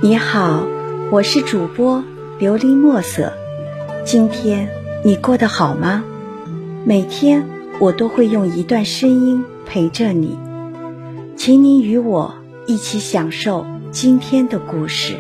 你好，我是主播琉璃墨色。今天你过得好吗？每天我都会用一段声音陪着你，请你与我一起享受今天的故事。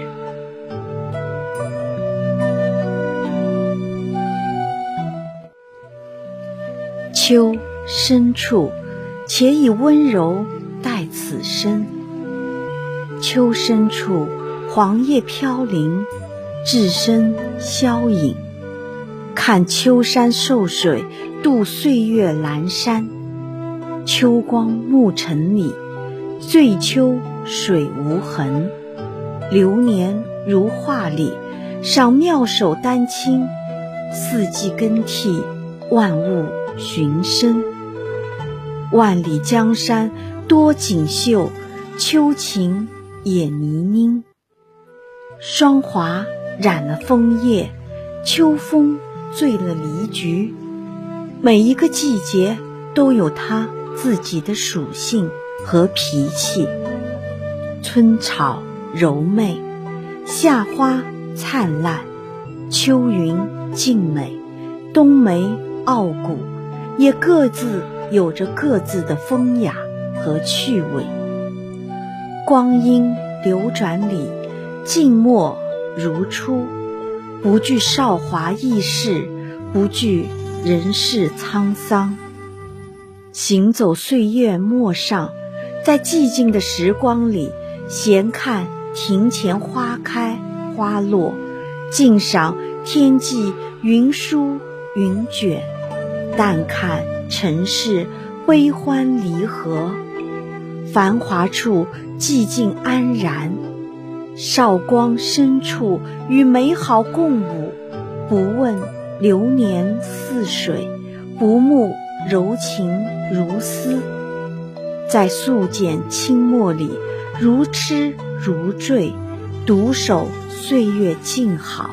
秋深处，且以温柔待此生。秋深处，黄叶飘零，至深消隐。看秋山瘦水，渡岁月阑珊。秋光暮尘里，醉秋水无痕。流年如画里，赏妙手丹青。四季更替，万物寻声。万里江山多锦绣，秋晴也泥泞。霜华染了枫叶，秋风醉了梨菊。每一个季节都有它自己的属性和脾气。春草柔媚，夏花灿烂，秋云静美，冬梅傲骨，也各自有着各自的风雅和趣味。光阴流转里，静默如初，不惧韶华易逝，不惧人世沧桑。行走岁月陌上，在寂静的时光里，闲看庭前花开花落，静赏天际云舒云卷，淡看尘世悲欢离合。繁华处寂静安然，韶光深处与美好共舞。不问流年似水，不慕柔情如丝。在素简清墨里，如痴如醉，独守岁月静好。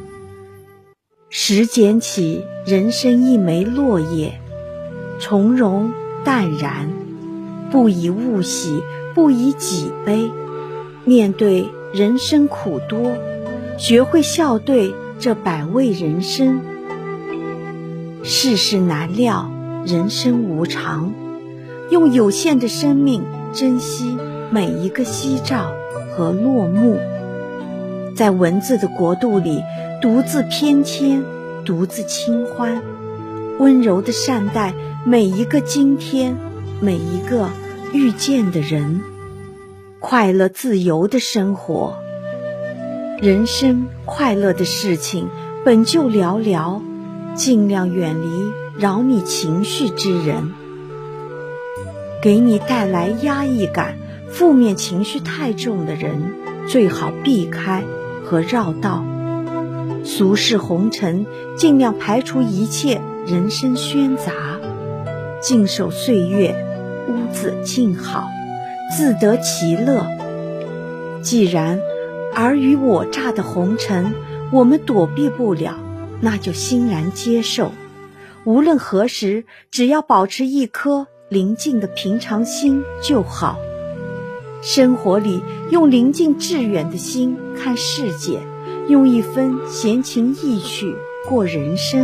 拾捡起人生一枚落叶，从容淡然，不以物喜，不以己悲。面对人生苦多，学会笑对这百味人生。世事难料，人生无常，用有限的生命珍惜每一个夕照和落幕。在文字的国度里，独自翩跹，独自清欢，温柔地善待每一个今天，每一个遇见的人，快乐自由的生活。人生快乐的事情本就寥寥，尽量远离扰你情绪之人。给你带来压抑感、负面情绪太重的人，最好避开和绕道。俗世红尘，尽量排除一切人生喧杂，静守岁月，屋子静好，自得其乐。既然尔虞我诈的红尘我们躲避不了，那就欣然接受。无论何时，只要保持一颗宁静的平常心就好。生活里用宁静致远的心看世界，用一分闲情逸趣过人生。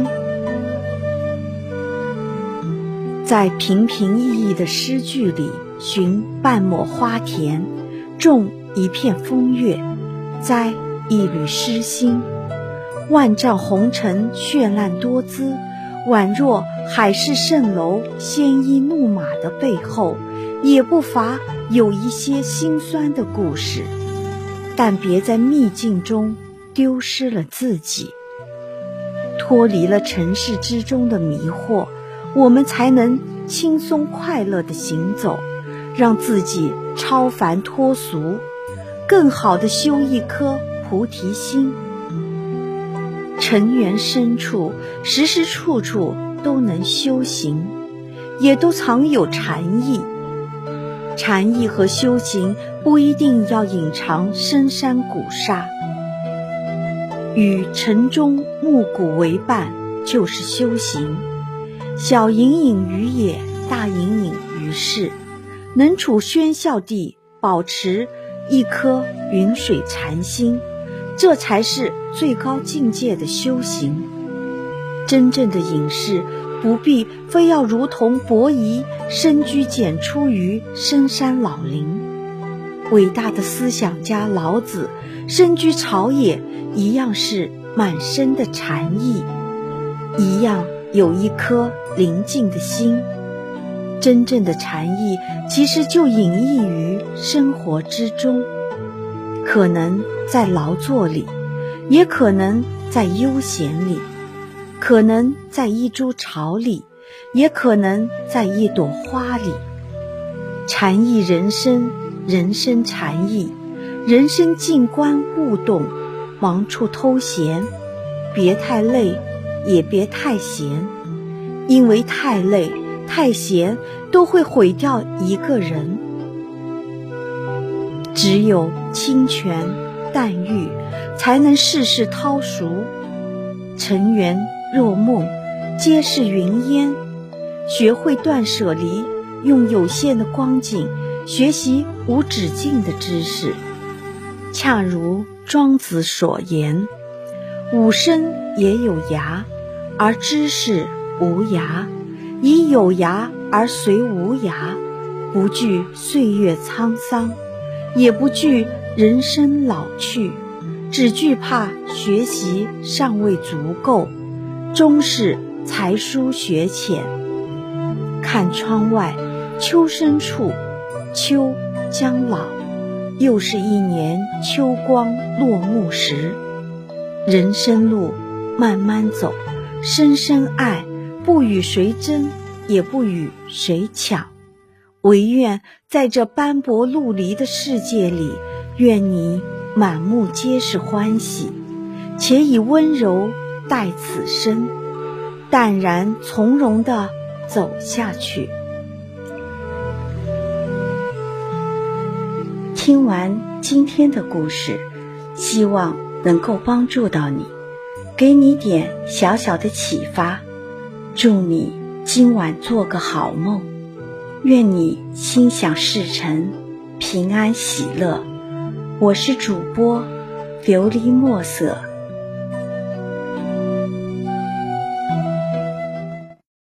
在平平易易的诗句里寻半抹花田，种一片风月，栽一缕诗心。万丈红尘绚烂多姿，宛若海市蜃楼鲜衣怒马的背后，也不乏有一些心酸的故事。但别在秘境中丢失了自己，脱离了尘世之中的迷惑，我们才能轻松快乐地行走，让自己超凡脱俗，更好地修一颗菩提心。尘缘深处，时时处处都能修行，也都藏有禅意。禅意和修行不一定要隐藏深山古刹，与晨钟暮鼓为伴就是修行。小隐隐于野，大隐隐于市，能处喧嚣地保持一颗云水禅心，这才是最高境界的修行。真正的隐士不必非要如同伯夷深居简出于深山老林，伟大的思想家老子深居草野，一样是满身的禅意，一样有一颗宁静的心。真正的禅意其实就隐逸于生活之中，可能在劳作里，也可能在悠闲里，可能在一株草里，也可能在一朵花里。禅意人生，人生禅意，人生静观悟动，忙处偷闲，别太累，也别太闲，因为太累太闲都会毁掉一个人。只有清泉淡玉，才能世事涛熟。尘缘若梦，皆是云烟。学会断舍离，用有限的光景学习无止境的知识。恰如庄子所言，吾生也有涯，而知识无涯，以有涯而随无涯，不惧岁月沧桑，也不惧人生老去，只惧怕学习尚未足够，终是才疏学浅。看窗外，秋深处，秋将老，又是一年秋光落幕时。人生路慢慢走，深深爱，不与谁争，也不与谁抢。唯愿在这斑驳陆离的世界里，愿你满目皆是欢喜，且以温柔待此生，淡然从容地走下去。听完今天的故事，希望能够帮助到你，给你点小小的启发。祝你今晚做个好梦，愿你心想事成，平安喜乐。我是主播琉璃墨色。